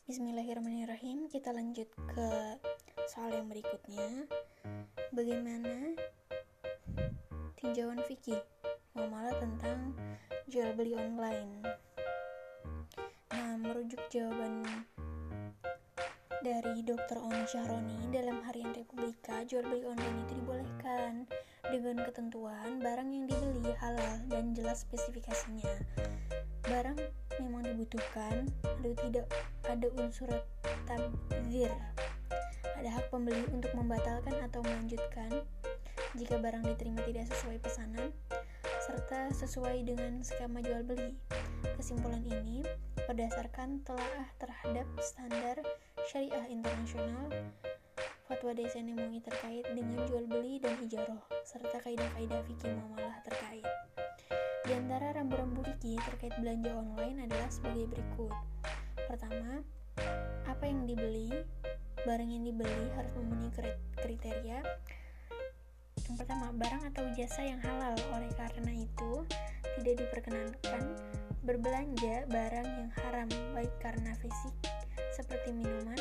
Bismillahirrahmanirrahim. Kita lanjut ke soal yang berikutnya. Bagaimana tinjauan fikih muamalah tentang jual beli online? Nah, merujuk jawaban dari Dr. Oni Syahroni dalam Harian Republika, jual beli online itu dibolehkan dengan ketentuan barang yang dibeli halal dan jelas spesifikasinya. Barang memang dibutuhkan, lalu tidak ada unsur tabdzir. Ada hak pembeli untuk membatalkan atau melanjutkan jika barang diterima tidak sesuai pesanan, serta sesuai dengan skema jual beli. Kesimpulan ini berdasarkan telaah terhadap standar syariah internasional, fatwa DSN MUI terkait dengan jual beli dan ijaroh, serta kaidah-kaidah fikih muamalah terkait. Di antara rambu-rambu fikih terkait belanja online adalah sebagai berikut. Pertama, apa yang dibeli? Barang yang dibeli harus memenuhi kriteria. Yang pertama, barang atau jasa yang halal. Oleh karena itu, tidak diperkenankan berbelanja barang yang haram, baik karena fisik seperti minuman,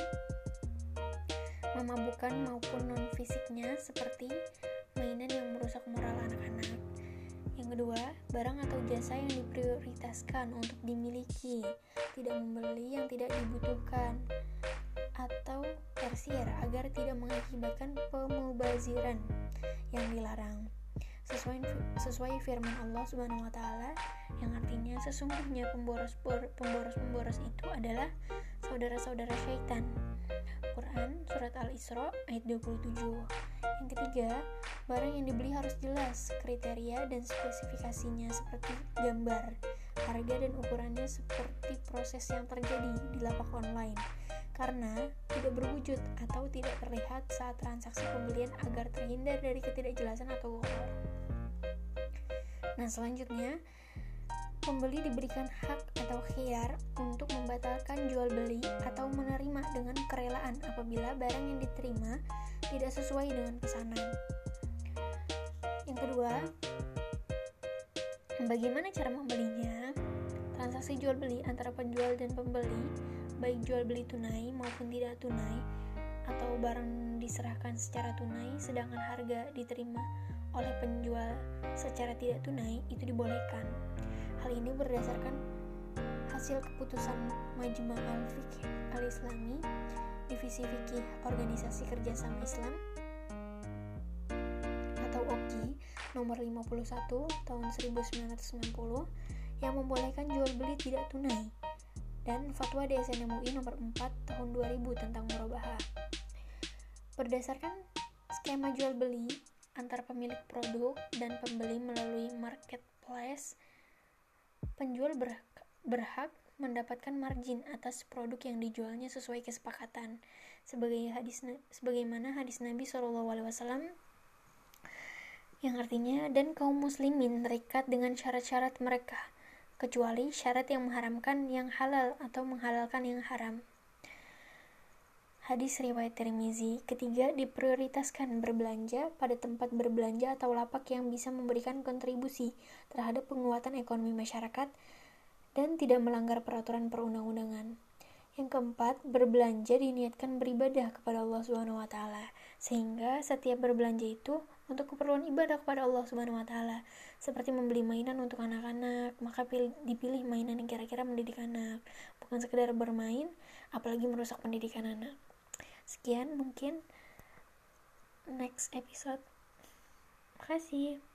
memabukkan maupun non-fisiknya seperti mainan yang merusak moral anak-anak. Yang kedua, barang atau jasa yang diprioritaskan untuk dimiliki, tidak membeli yang tidak dibutuhkan, atau tersier agar tidak mengakibatkan pemubaziran yang dilarang. Sesuai firman Allah Subhanahu wa taala yang artinya sesungguhnya pemboros itu adalah saudara-saudara syaitan. Quran Surat Al-Isra ayat 27. Yang ketiga, barang yang dibeli harus jelas kriteria dan spesifikasinya seperti gambar, harga dan ukurannya seperti proses yang terjadi di lapak online, karena tidak berwujud atau tidak terlihat saat transaksi pembelian agar terhindar dari ketidakjelasan atau gharar. Nah, selanjutnya, pembeli diberikan hak atau khiyar untuk membatalkan jual beli atau menerima dengan kerelaan apabila barang yang diterima tidak sesuai dengan pesanan. Yang kedua, bagaimana cara membelinya? Transaksi jual beli antara penjual dan pembeli, baik jual beli tunai maupun tidak tunai, atau barang diserahkan secara tunai sedangkan harga diterima oleh penjual secara tidak tunai, itu dibolehkan. Hal ini berdasarkan hasil keputusan Majma' al-Fiqh al-Islami, Divisi Fikih Organisasi Kerjasama Islam atau OKI nomor 51 tahun 1990 yang membolehkan jual beli tidak tunai, dan fatwa DSN MUI nomor 4 tahun 2000 tentang murabahah. Berdasarkan skema jual beli antar pemilik produk dan pembeli melalui marketplace, penjual berhak mendapatkan margin atas produk yang dijualnya sesuai kesepakatan, sebagaimana hadis Nabi SAW yang artinya, dan kaum muslimin terikat dengan syarat-syarat mereka, kecuali syarat yang mengharamkan yang halal atau menghalalkan yang haram. Hadis riwayat Tirmizi. Ketiga, diprioritaskan berbelanja pada tempat berbelanja atau lapak yang bisa memberikan kontribusi terhadap penguatan ekonomi masyarakat dan tidak melanggar peraturan perundang-undangan. Yang keempat, berbelanja diniatkan beribadah kepada Allah Subhanahu wa taala, sehingga setiap berbelanja itu untuk keperluan ibadah kepada Allah Subhanahu wa taala, seperti membeli mainan untuk anak-anak, maka dipilih mainan yang kira-kira mendidik anak, bukan sekedar bermain apalagi merusak pendidikan anak. Sekian mungkin next episode. Makasih.